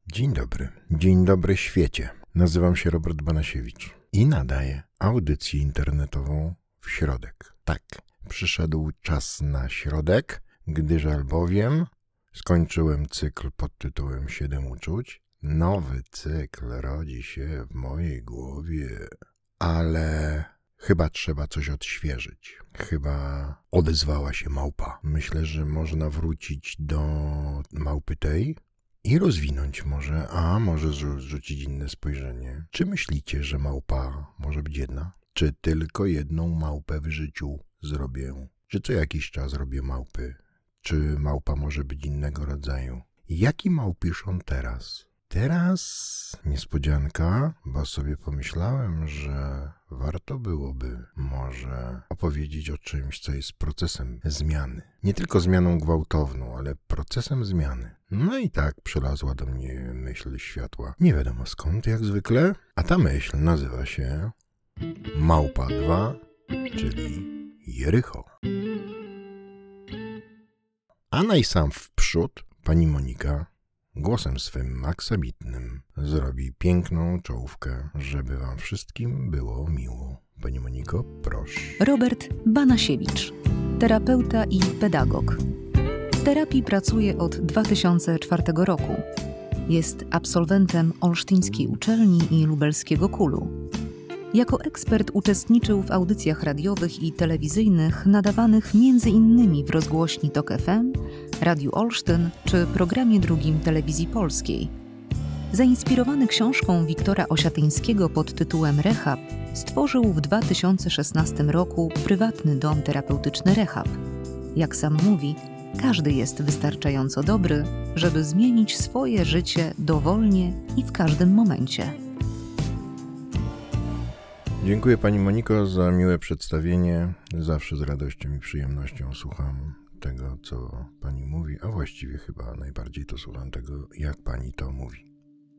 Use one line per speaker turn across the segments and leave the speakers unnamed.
Dzień dobry świecie. Nazywam się Robert Banasiewicz i nadaję audycję internetową w środek. Tak, przyszedł czas na środek, gdyż albowiem skończyłem cykl pod tytułem 7 uczuć. Nowy cykl rodzi się w mojej głowie, ale chyba trzeba coś odświeżyć. Chyba odezwała się małpa. Myślę, że można wrócić do małpy tej i rozwinąć może rzucić inne spojrzenie. Czy myślicie, że małpa może być jedna? Czy tylko jedną małpę w życiu zrobię? Czy co jakiś czas robię małpy? Czy małpa może być innego rodzaju? Jaki małpisz on teraz? Teraz niespodzianka, bo sobie pomyślałem, że warto byłoby może opowiedzieć o czymś, co jest procesem zmiany. Nie tylko zmianą gwałtowną, ale procesem zmiany. No i tak przylazła do mnie myśl światła. Nie wiadomo skąd, jak zwykle, a ta myśl nazywa się Małpa 2, czyli Jericho. A najsam wprzód pani Monika głosem swym aksamitnym zrobi piękną czołówkę, żeby wam wszystkim było miło. Pani Moniko, proszę.
Robert Banasiewicz, terapeuta i pedagog. W terapii pracuje od 2004 roku. Jest absolwentem Olsztyńskiej Uczelni i Lubelskiego KUL-u. Jako ekspert uczestniczył w audycjach radiowych i telewizyjnych nadawanych m.in. w rozgłośni TOK FM, Radiu Olsztyn czy programie drugim Telewizji Polskiej. Zainspirowany książką Wiktora Osiatyńskiego pod tytułem Rehab, stworzył w 2016 roku prywatny dom terapeutyczny Rehab. Jak sam mówi, każdy jest wystarczająco dobry, żeby zmienić swoje życie dowolnie i w każdym momencie.
Dziękuję pani Moniko za miłe przedstawienie. Zawsze z radością i przyjemnością słucham tego, co pani mówi, a właściwie chyba najbardziej to słucham tego, jak pani to mówi.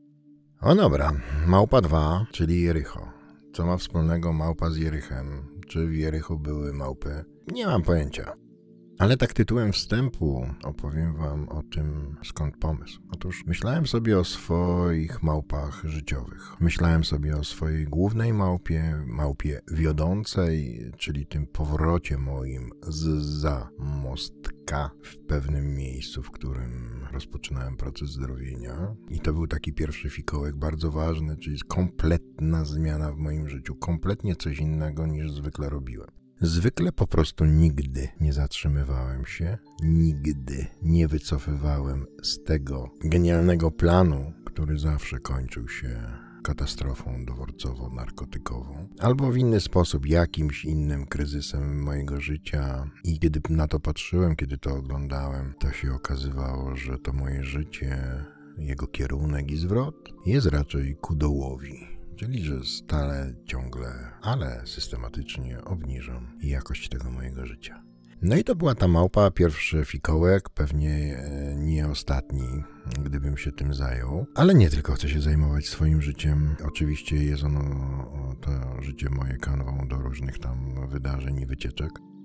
O dobra, Małpa 2, czyli Jericho. Co ma wspólnego małpa z Jerychem? Czy w Jerichu były małpy? Nie mam pojęcia. Ale tak tytułem wstępu opowiem wam o tym, skąd pomysł. Otóż myślałem sobie o swoich małpach życiowych. Myślałem sobie o swojej głównej małpie wiodącej, czyli tym powrocie moim zza mostka w pewnym miejscu, w którym rozpoczynałem proces zdrowienia. I to był taki pierwszy fikołek bardzo ważny, czyli kompletna zmiana w moim życiu. Kompletnie coś innego niż zwykle robiłem. Zwykle po prostu nigdy nie zatrzymywałem się, nigdy nie wycofywałem z tego genialnego planu, który zawsze kończył się katastrofą dworcowo-narkotykową, albo w inny sposób jakimś innym kryzysem mojego życia. I kiedy na to patrzyłem, kiedy to oglądałem, to się okazywało, że to moje życie, jego kierunek i zwrot jest raczej ku dołowi. Czyli, że stale, ciągle, ale systematycznie obniżam jakość tego mojego życia. No i to była ta małpa, pierwszy fikołek, pewnie nie ostatni, gdybym się tym zajął. Ale nie tylko chcę się zajmować swoim życiem. Oczywiście jest ono, to życie moje, kanwą do różnych tam wydarzeń i wycieczek.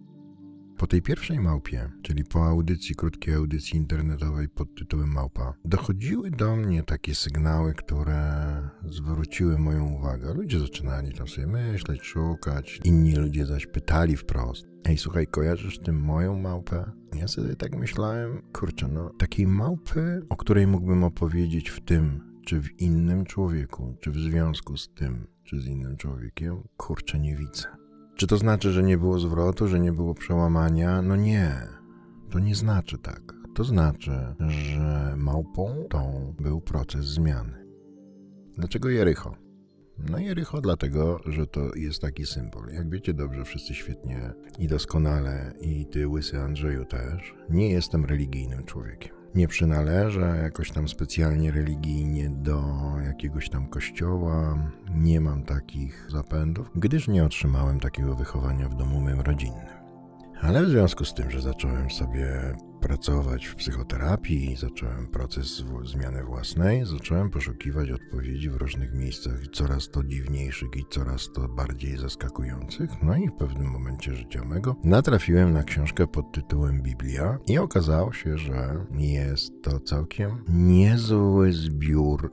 Po tej pierwszej małpie, czyli po audycji, krótkiej audycji internetowej pod tytułem Małpa, dochodziły do mnie takie sygnały, które zwróciły moją uwagę. Ludzie zaczynali tam sobie myśleć, szukać, inni ludzie zaś pytali wprost: ej, słuchaj, kojarzysz tym moją małpę? Ja sobie tak myślałem, kurczę, takiej małpy, o której mógłbym opowiedzieć w tym, czy w innym człowieku, czy w związku z tym, czy z innym człowiekiem, kurczę, nie widzę. Czy to znaczy, że nie było zwrotu, że nie było przełamania? No nie, to nie znaczy tak. To znaczy, że małpą tą był proces zmiany. Dlaczego Jericho? No Jericho dlatego, że to jest taki symbol. Jak wiecie dobrze, wszyscy świetnie i doskonale, i ty, łysy Andrzeju też, nie jestem religijnym człowiekiem. Nie przynależę jakoś tam specjalnie religijnie do jakiegoś tam kościoła, nie mam takich zapędów, gdyż nie otrzymałem takiego wychowania w domu mym rodzinnym. Ale w związku z tym, że zacząłem sobie pracować w psychoterapii, zacząłem proces zmiany własnej, zacząłem poszukiwać odpowiedzi w różnych miejscach, coraz to dziwniejszych i coraz to bardziej zaskakujących. No i w pewnym momencie życia mego natrafiłem na książkę pod tytułem Biblia i okazało się, że jest to całkiem niezły zbiór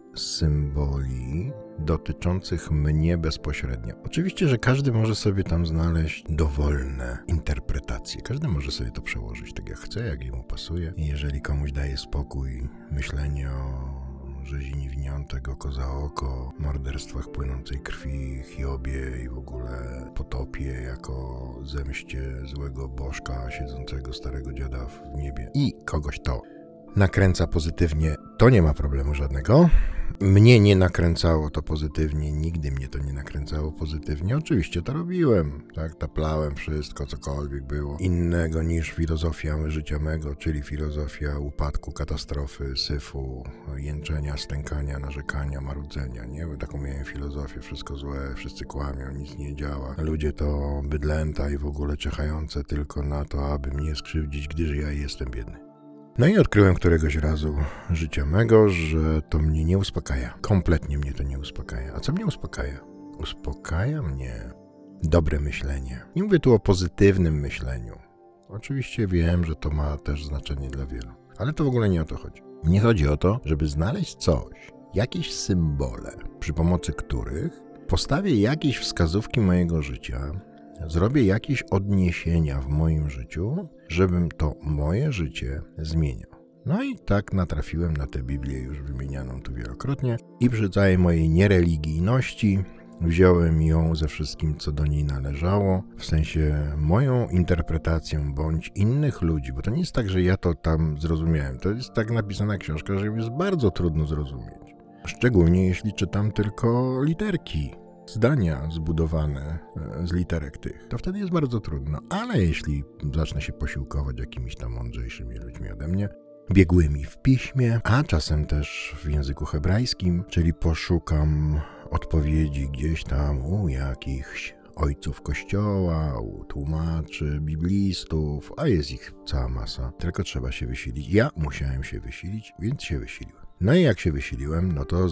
symboli dotyczących mnie bezpośrednio. Oczywiście, że każdy może sobie tam znaleźć dowolne interpretacje. Każdy może sobie to przełożyć tak jak chce, jak jemu pasuje. I jeżeli komuś daje spokój myślenie o rzezini winiątek, oko za oko, morderstwach płynącej krwi, Hiobie i w ogóle potopie jako zemście złego bożka siedzącego starego dziada w niebie i kogoś to nakręca pozytywnie, to nie ma problemu żadnego. Mnie nie nakręcało to pozytywnie, nigdy mnie to nie nakręcało pozytywnie. Oczywiście to robiłem, tak, taplałem wszystko, cokolwiek było innego niż filozofia życia mego, czyli filozofia upadku, katastrofy, syfu, jęczenia, stękania, narzekania, marudzenia, nie? Bo taką miałem filozofię, wszystko złe, wszyscy kłamią, nic nie działa. Ludzie to bydlęta i w ogóle czekające tylko na to, aby mnie skrzywdzić, gdyż ja jestem biedny. No i odkryłem któregoś razu życia mego, że to mnie nie uspokaja. Kompletnie mnie to nie uspokaja. A co mnie uspokaja? Uspokaja mnie dobre myślenie. Nie mówię tu o pozytywnym myśleniu. Oczywiście wiem, że to ma też znaczenie dla wielu. Ale to w ogóle nie o to chodzi. Mnie chodzi o to, żeby znaleźć coś, jakieś symbole, przy pomocy których postawię jakieś wskazówki mojego życia, zrobię jakieś odniesienia w moim życiu, żebym to moje życie zmieniał. No i tak natrafiłem na tę Biblię już wymienianą tu wielokrotnie i przy całej mojej niereligijności wziąłem ją ze wszystkim, co do niej należało, w sensie moją interpretacją bądź innych ludzi, bo to nie jest tak, że ja to tam zrozumiałem. To jest tak napisana książka, że ją jest bardzo trudno zrozumieć. Szczególnie jeśli czytam tylko literki. Zdania zbudowane z literek tych, to wtedy jest bardzo trudno, ale jeśli zacznę się posiłkować jakimiś tam mądrzejszymi ludźmi ode mnie, biegłymi w piśmie, a czasem też w języku hebrajskim, czyli poszukam odpowiedzi gdzieś tam u jakichś ojców kościoła, u tłumaczy, biblistów, a jest ich cała masa, tylko trzeba się wysilić. Ja musiałem się wysilić, więc się wysiliłem. No i jak się wysiliłem, no to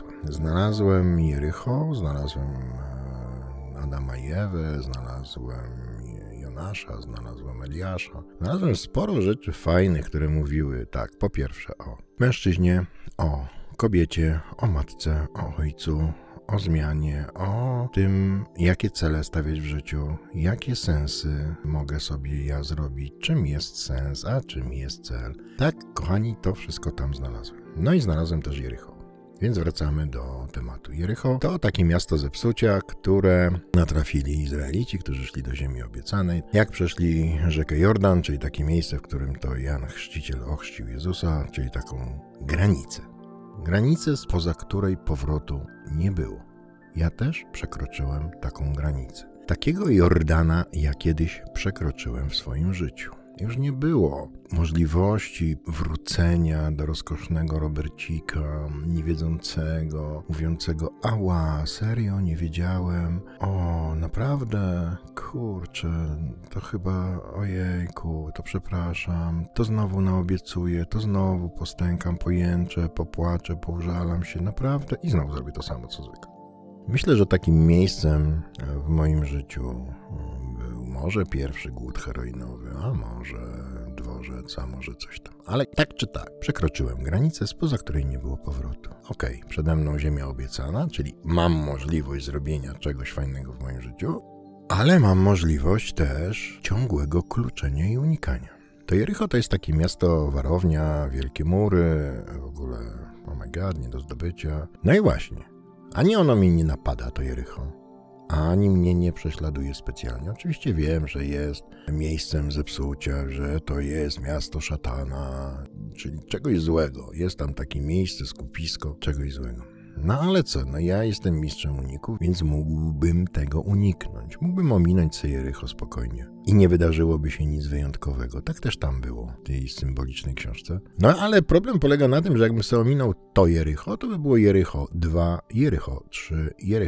znalazłem Jericho, znalazłem Adama i Ewę, znalazłem Jonasza, znalazłem Eliasza. Znalazłem sporo rzeczy fajnych, które mówiły tak, po pierwsze o mężczyźnie, o kobiecie, o matce, o ojcu, o zmianie, o tym, jakie cele stawiać w życiu, jakie sensy mogę sobie ja zrobić, czym jest sens, a czym jest cel. Tak, kochani, to wszystko tam znalazłem. No i znalazłem też Jericho. Więc wracamy do tematu. Jericho to takie miasto zepsucia, które natrafili Izraelici, którzy szli do ziemi obiecanej. Jak przeszli rzekę Jordan, czyli takie miejsce, w którym to Jan Chrzciciel ochrzcił Jezusa, czyli taką granicę. Granicę, spoza której powrotu nie było. Ja też przekroczyłem taką granicę. Takiego Jordana ja kiedyś przekroczyłem w swoim życiu. Już nie było możliwości wrócenia do rozkosznego Robercika, niewiedzącego, mówiącego: ała, serio, nie wiedziałem, o, naprawdę, kurczę, to chyba, ojejku, to przepraszam, to znowu naobiecuję, to znowu postękam, pojęczę, popłaczę, pożalam się, naprawdę i znowu zrobię to samo, co zwykle. Myślę, że takim miejscem w moim życiu był może pierwszy głód heroinowy, a może dworzec, a może coś tam. Ale tak czy tak, przekroczyłem granicę, spoza której nie było powrotu. Okej, przede mną ziemia obiecana, czyli mam możliwość zrobienia czegoś fajnego w moim życiu, ale mam możliwość też ciągłego kluczenia i unikania. To Jericho to jest takie miasto, warownia, wielkie mury, w ogóle, oh my god, nie do zdobycia. No i właśnie, ani ono mnie nie napada, to Jericho, ani mnie nie prześladuje specjalnie. Oczywiście wiem, że jest miejscem zepsucia, że to jest miasto szatana, czyli czegoś złego. Jest tam takie miejsce, skupisko czegoś złego. No ale co, no ja jestem mistrzem uników, więc mógłbym tego uniknąć. Mógłbym ominąć sobie Jericho spokojnie i nie wydarzyłoby się nic wyjątkowego. Tak też tam było w tej symbolicznej książce. No ale problem polega na tym, że jakbym sobie ominął to Jericho, to by było Jericho 2, Jericho 3, Jericho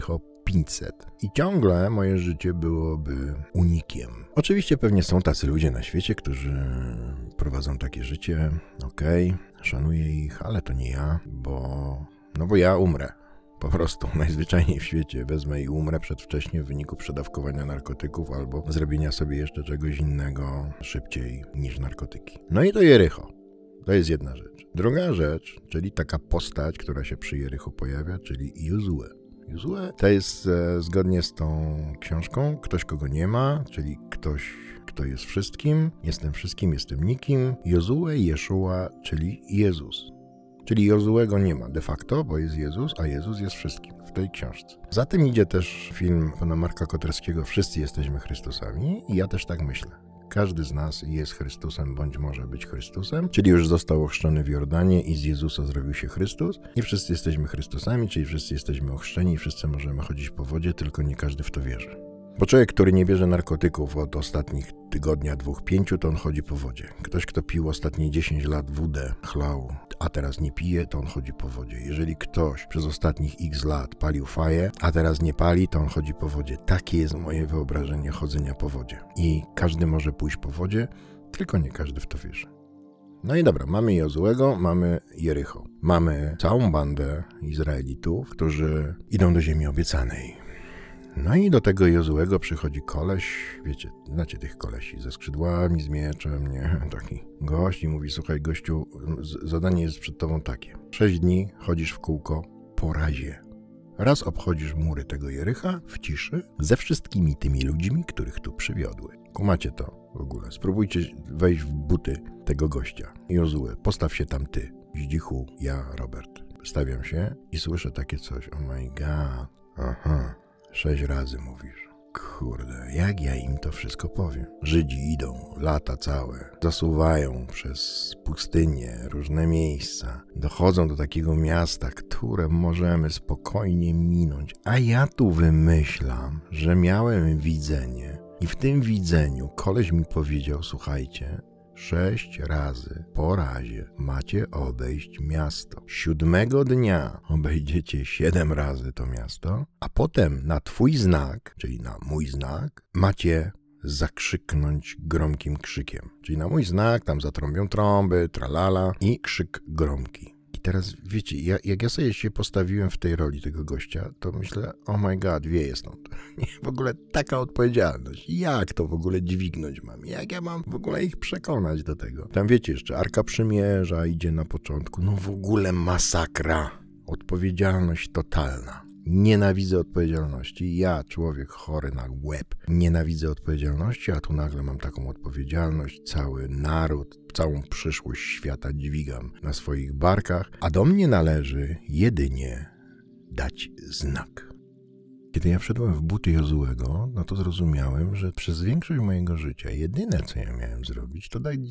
500 i ciągle moje życie byłoby unikiem. Oczywiście pewnie są tacy ludzie na świecie, którzy prowadzą takie życie, okej, szanuję ich, ale to nie ja, bo ja umrę. Po prostu najzwyczajniej w świecie wezmę i umrę przedwcześnie w wyniku przedawkowania narkotyków albo zrobienia sobie jeszcze czegoś innego szybciej niż narkotyki. No i to Jericho. To jest jedna rzecz. Druga rzecz, czyli taka postać, która się przy Jerichu pojawia, czyli Jozue. Jozue to jest zgodnie z tą książką ktoś, kogo nie ma, czyli ktoś, kto jest wszystkim, jestem nikim. Jozue, Jeszua, czyli Jezus. Czyli Jozuego nie ma de facto, bo jest Jezus, a Jezus jest wszystkim w tej książce. Za tym idzie też film pana Marka Koterskiego Wszyscy jesteśmy Chrystusami i ja też tak myślę. Każdy z nas jest Chrystusem, bądź może być Chrystusem, czyli już został ochrzczony w Jordanie i z Jezusa zrobił się Chrystus i wszyscy jesteśmy Chrystusami, czyli wszyscy jesteśmy ochrzczeni i wszyscy możemy chodzić po wodzie, tylko nie każdy w to wierzy. Bo człowiek, który nie bierze narkotyków od ostatnich tygodnia, 2, 5, to on chodzi po wodzie. Ktoś, kto pił ostatnie 10 lat wódę, chlał, a teraz nie pije, to on chodzi po wodzie. Jeżeli ktoś przez ostatnich x lat palił faję, a teraz nie pali, to on chodzi po wodzie. Takie jest moje wyobrażenie chodzenia po wodzie. I każdy może pójść po wodzie, tylko nie każdy w to wierzy. No i dobra, mamy Jozuego, mamy Jericho. Mamy całą bandę Izraelitów, którzy idą do ziemi obiecanej. No i do tego Jozuego przychodzi koleś, wiecie, znacie tych kolesi, ze skrzydłami, z mieczem, nie? Taki gość i mówi, słuchaj gościu, zadanie jest przed tobą takie. 6 dni chodzisz w kółko po razie. Raz obchodzisz mury tego Jericha w ciszy ze wszystkimi tymi ludźmi, których tu przywiodły. Kumacie to w ogóle. Spróbujcie wejść w buty tego gościa. Jozue, postaw się tam ty. Zdzichu, ja, Robert. Stawiam się i słyszę takie coś. Oh my god. Aha. 6 razy mówisz. Kurde, jak ja im to wszystko powiem? Żydzi idą, lata całe, zasuwają przez pustynię, różne miejsca, dochodzą do takiego miasta, które możemy spokojnie minąć, a ja tu wymyślam, że miałem widzenie i w tym widzeniu koleś mi powiedział, słuchajcie, 6 razy po razie macie obejść miasto. 7 dnia obejdziecie 7 razy to miasto, a potem na twój znak, czyli na mój znak, macie zakrzyknąć gromkim krzykiem. Czyli na mój znak tam zatrąbią trąby, tralala i krzyk gromki. I teraz wiecie, jak ja sobie się postawiłem w tej roli tego gościa, to myślę, oh my god, wieje stąd. W ogóle taka odpowiedzialność. Jak to w ogóle dźwignąć mam? Jak ja mam w ogóle ich przekonać do tego? Tam wiecie, jeszcze Arka Przymierza idzie na początku. No w ogóle masakra. Odpowiedzialność totalna. Nienawidzę odpowiedzialności. Ja, człowiek chory na łeb, nienawidzę odpowiedzialności, a tu nagle mam taką odpowiedzialność. Cały naród, całą przyszłość świata dźwigam na swoich barkach, a do mnie należy jedynie dać znak. Kiedy ja wszedłem w buty Jozuego, no to zrozumiałem, że przez większość mojego życia jedyne, co ja miałem zrobić, to dać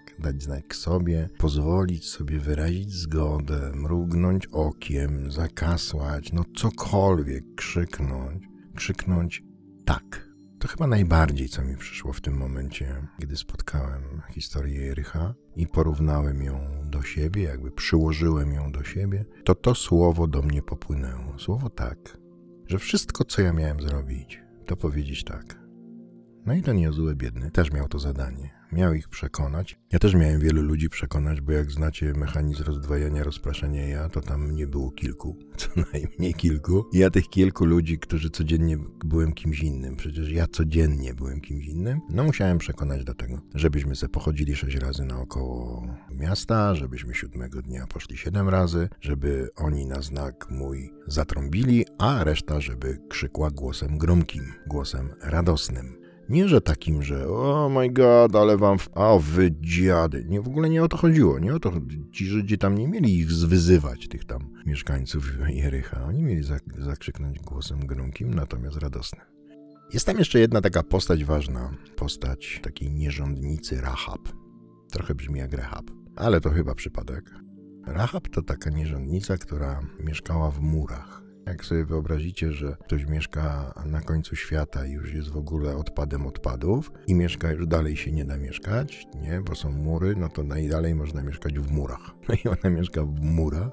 znak sobie, pozwolić sobie wyrazić zgodę, mrugnąć okiem, zakasłać, no cokolwiek, krzyknąć tak. To chyba najbardziej, co mi przyszło w tym momencie, gdy spotkałem historię Jericha i porównałem ją do siebie, jakby przyłożyłem ją do siebie, to słowo do mnie popłynęło. Słowo tak. Że wszystko, co ja miałem zrobić, to powiedzieć tak. No i ten Jozue biedny też miał to zadanie. Miał ich przekonać. Ja też miałem wielu ludzi przekonać, bo jak znacie mechanizm rozdwajania, rozpraszania ja, to tam mnie było kilku, co najmniej kilku. I ja tych kilku ludzi, którzy codziennie byłem kimś innym, przecież ja codziennie byłem kimś innym, no musiałem przekonać do tego, żebyśmy se pochodzili 6 razy naokoło miasta, żebyśmy 7 dnia poszli 7 razy, żeby oni na znak mój zatrąbili, a reszta, żeby krzykła głosem gromkim, głosem radosnym. Nie, że takim, że oh my god, ale wam... O, wy dziady. Nie, w ogóle nie o to chodziło. Nie o to. Ci Żydzi tam nie mieli ich zwyzywać, tych tam mieszkańców Jericha. Oni mieli zakrzyknąć głosem gromkim, natomiast radosnym. Jest tam jeszcze jedna taka postać ważna. Postać takiej nierządnicy Rahab. Trochę brzmi jak Rehab, ale to chyba przypadek. Rahab to taka nierządnica, która mieszkała w murach. Jak sobie wyobrazicie, że ktoś mieszka na końcu świata i już jest w ogóle odpadem odpadów i mieszka, już dalej się nie da mieszkać, nie, bo są mury, no to najdalej można mieszkać w murach. No i ona mieszka w murach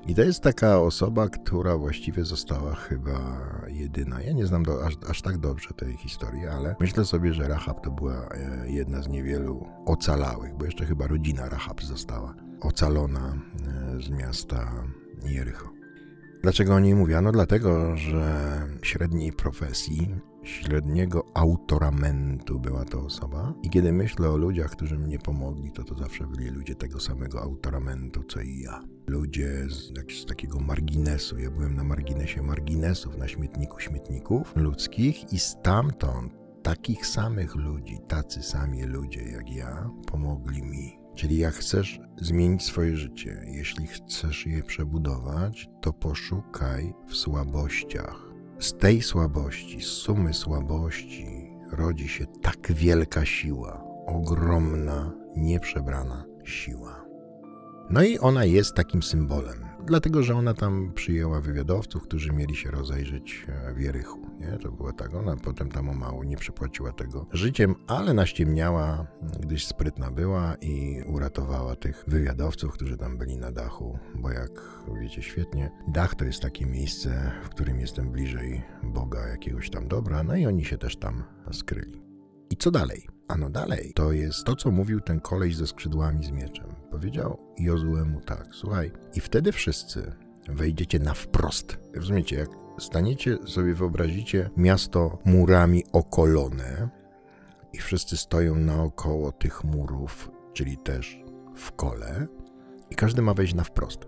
I to jest taka osoba, która właściwie została chyba jedyna. Ja nie znam aż tak dobrze tej historii, ale myślę sobie, że Rahab to była jedna z niewielu ocalałych, bo jeszcze chyba rodzina Rahab została ocalona z miasta Jericho. Dlaczego o niej mówię? No dlatego, że średniej profesji, średniego autoramentu była to osoba. I kiedy myślę o ludziach, którzy mnie pomogli, to zawsze byli ludzie tego samego autoramentu, co i ja. Ludzie z takiego marginesu. Ja byłem na marginesie marginesów, na śmietniku śmietników ludzkich i stamtąd takich samych ludzi, tacy sami ludzie jak ja, pomogli mi. Czyli jak chcesz zmienić swoje życie, jeśli chcesz je przebudować, to poszukaj w słabościach. Z tej słabości, z sumy słabości rodzi się tak wielka siła, ogromna, nieprzebrana siła. No i ona jest takim symbolem, dlatego że ona tam przyjęła wywiadowców, którzy mieli się rozejrzeć w Jerichu. Nie? To było tak, ona potem tam o mało nie przepłaciła tego życiem, ale naściemniała, gdyż sprytna była i uratowała tych wywiadowców, którzy tam byli na dachu, bo jak wiecie świetnie, dach to jest takie miejsce, w którym jestem bliżej Boga, jakiegoś tam dobra, no i oni się też tam skryli. I co dalej? Ano dalej, to jest to, co mówił ten koleś ze skrzydłami z mieczem. Powiedział Jozuemu tak, słuchaj, i wtedy wszyscy wejdziecie na wprost. Rozumiecie, jak staniecie sobie, wyobrazicie miasto murami okolone i wszyscy stoją naokoło tych murów, czyli też w kole i każdy ma wejść na wprost.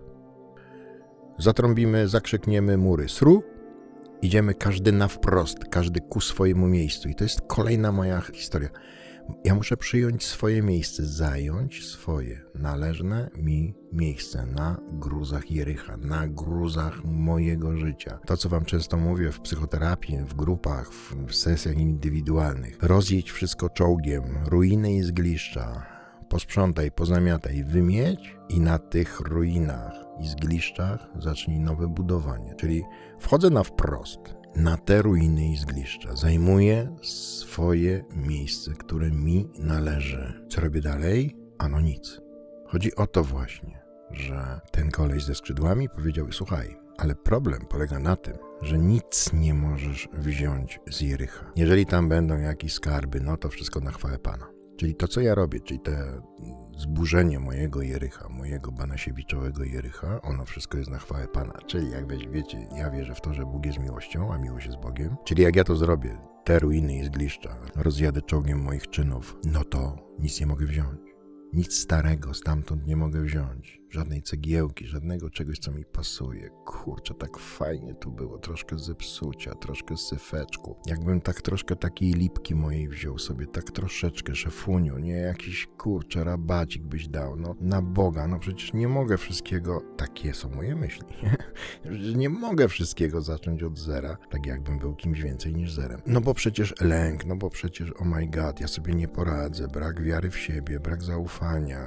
Zatrąbimy, zakrzykniemy mury sru, idziemy każdy na wprost, każdy ku swojemu miejscu i to jest kolejna moja historia. Ja muszę przyjąć swoje miejsce, zająć swoje należne mi miejsce na gruzach Jericha, na gruzach mojego życia. To, co wam często mówię w psychoterapii, w grupach, w sesjach indywidualnych. Rozjedź wszystko czołgiem, ruiny i zgliszcza. Posprzątaj, pozamiataj, wymieć i na tych ruinach i zgliszczach zacznij nowe budowanie. Czyli wchodzę na wprost. Na te ruiny i zgliszcza. Zajmuję swoje miejsce, które mi należy. Co robię dalej? Ano nic. Chodzi o to właśnie, że ten koleś ze skrzydłami powiedział, słuchaj, ale problem polega na tym, że nic nie możesz wziąć z Jericha. Jeżeli tam będą jakieś skarby, no to wszystko na chwałę Pana. Czyli to, co ja robię, czyli te zburzenie mojego Jericha, mojego Banasiewiczowego Jericha, ono wszystko jest na chwałę Pana. Czyli jak wiecie, ja wierzę w to, że Bóg jest miłością, a miłość jest Bogiem. Czyli jak ja to zrobię, te ruiny i zgliszcza, rozjadę czołgiem moich czynów, no to nic nie mogę wziąć. Nic starego stamtąd nie mogę wziąć. Żadnej cegiełki, żadnego czegoś, co mi pasuje. Kurczę, tak fajnie tu było. Troszkę zepsucia, troszkę syfeczku. Jakbym tak troszkę takiej lipki mojej wziął sobie, tak troszeczkę, szefuniu, nie jakiś, kurczę, rabacik byś dał. No, na Boga, no przecież nie mogę wszystkiego, takie są moje myśli. Nie mogę wszystkiego zacząć od zera, tak jakbym był kimś więcej niż zerem. No bo przecież lęk, no bo przecież, oh my god, ja sobie nie poradzę, brak wiary w siebie, brak zaufania,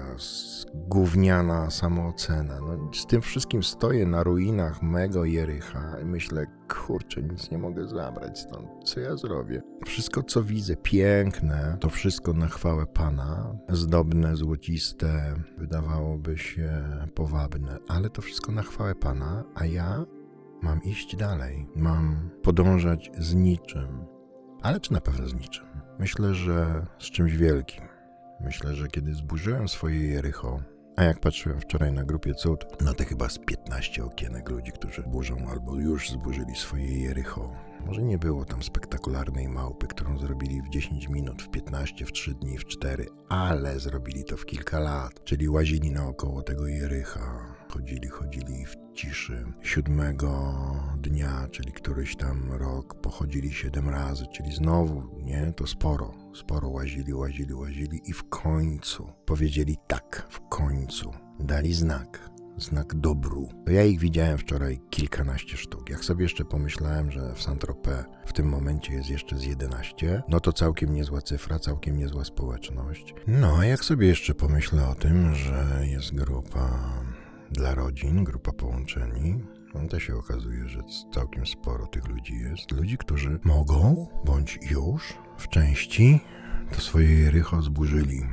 gówniana samoocena. No, z tym wszystkim stoję na ruinach mego Jericha i myślę, kurczę, nic nie mogę zabrać stąd. Co ja zrobię? Wszystko, co widzę, piękne, to wszystko na chwałę Pana, zdobne, złociste, wydawałoby się powabne, ale to wszystko na chwałę Pana, a ja mam iść dalej. Mam podążać z niczym. Ale czy na pewno z niczym? Myślę, że z czymś wielkim. Myślę, że kiedy zburzyłem swoje Jericho, a jak patrzyłem wczoraj na grupie Cud, no to chyba z 15 okienek ludzi, którzy burzą albo już zburzyli swoje Jericho. Może nie było tam spektakularnej małpy, którą zrobili w 10 minut, w 15, w 3 dni, w 4, ale zrobili to w kilka lat, czyli łazili naokoło tego Jericha. Chodzili w ciszy. 7 dnia, czyli któryś tam rok, pochodzili 7 razy, czyli znowu, nie, to sporo łazili i w końcu powiedzieli tak, w końcu dali znak dobru. To ja ich widziałem wczoraj kilkanaście sztuk. Jak sobie jeszcze pomyślałem, że w Saint-Tropez w tym momencie jest jeszcze z 11, no to całkiem niezła cyfra, całkiem niezła społeczność. No a jak sobie jeszcze pomyślę o tym, że jest grupa dla rodzin, grupa połączeni, no to się okazuje, że całkiem sporo tych ludzi jest. Ludzi, którzy mogą, bądź już w części to swoje Jericho zburzyli.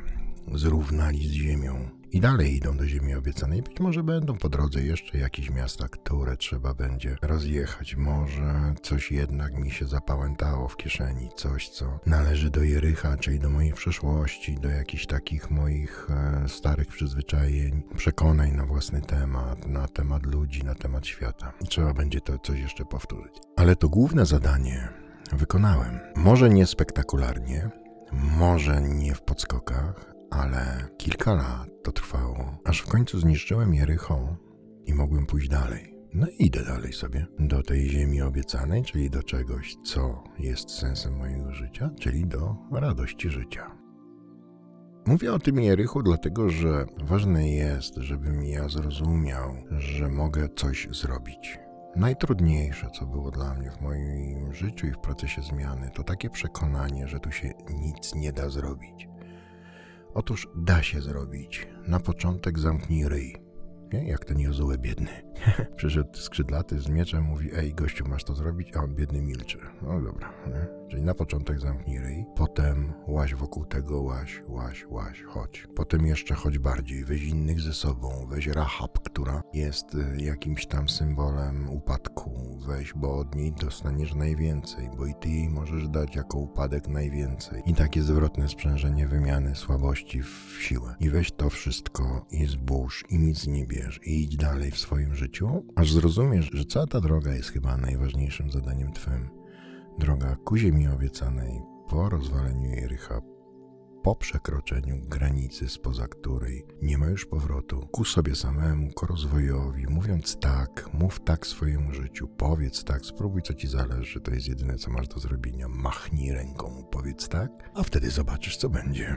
zrównali z ziemią i dalej idą do ziemi obiecanej. Być może będą po drodze jeszcze jakieś miasta, które trzeba będzie rozjechać. Może coś jednak mi się zapałętało w kieszeni, coś co należy do Jericha, czyli do mojej przeszłości, do jakichś takich moich starych przyzwyczajeń, przekonań na własny temat, na temat ludzi, na temat świata. I trzeba będzie to coś jeszcze powtórzyć. Ale to główne zadanie wykonałem. Może nie spektakularnie, może nie w podskokach, ale kilka lat to trwało, aż w końcu zniszczyłem Jericho i mogłem pójść dalej. No i idę dalej sobie do tej ziemi obiecanej, czyli do czegoś, co jest sensem mojego życia, czyli do radości życia. Mówię o tym Jerichu dlatego, że ważne jest, żebym ja zrozumiał, że mogę coś zrobić. Najtrudniejsze, co było dla mnie w moim życiu i w procesie zmiany, to takie przekonanie, że tu się nic nie da zrobić. Otóż da się zrobić. Na początek zamknij ryj. Nie? Jak ten Jozue biedny. Przyszedł skrzydlaty z mieczem, mówi: ej gościu, masz to zrobić, a on biedny milczy. No dobra, nie? Czyli na początek zamknij ryj, potem łaź wokół tego, łaź, chodź. Potem jeszcze chodź bardziej, weź innych ze sobą, weź Rahab, która jest jakimś tam symbolem upadku, weź, bo od niej dostaniesz najwięcej, bo i ty jej możesz dać jako upadek najwięcej. I takie zwrotne sprzężenie wymiany słabości w siłę. I weź to wszystko i zbóż i nic nie bierz i idź dalej w swoim życiu, aż zrozumiesz, że cała ta droga jest chyba najważniejszym zadaniem twym. Droga ku ziemi obiecanej, po rozwaleniu Jericha, po przekroczeniu granicy, spoza której nie ma już powrotu, ku sobie samemu, ku rozwojowi, mówiąc tak, mów tak swojemu życiu, powiedz tak, spróbuj co ci zależy, to jest jedyne co masz do zrobienia, machnij ręką, powiedz tak, a wtedy zobaczysz co będzie.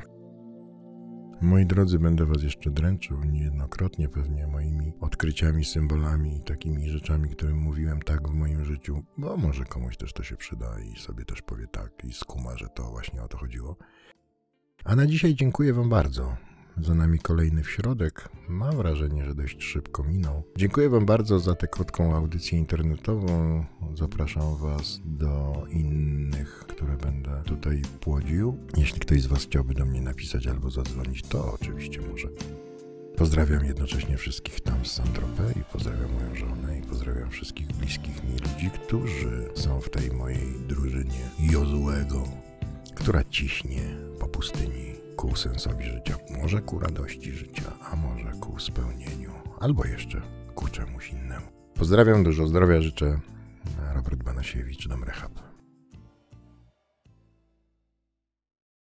Moi drodzy, będę was jeszcze dręczył niejednokrotnie pewnie moimi odkryciami, symbolami, takimi rzeczami, którym mówiłem tak w moim życiu, bo może komuś też to się przyda i sobie też powie tak i skuma, że to właśnie o to chodziło. A na dzisiaj dziękuję wam bardzo. Za nami kolejny w środek. Mam wrażenie, że dość szybko minął. Dziękuję wam bardzo za tę krótką audycję internetową. Zapraszam was do innych, które będę tutaj płodził. Jeśli ktoś z was chciałby do mnie napisać albo zadzwonić, to oczywiście może. Pozdrawiam jednocześnie wszystkich tam z Saint-Tropez i pozdrawiam moją żonę i pozdrawiam wszystkich bliskich mi ludzi, którzy są w tej mojej drużynie Jozuego, która ciśnie po pustyni ku sensowi życia, może ku radości życia, a może ku spełnieniu, albo jeszcze ku czemuś innemu. Pozdrawiam, dużo zdrowia życzę. Robert Banasiewicz, Dom Rehab.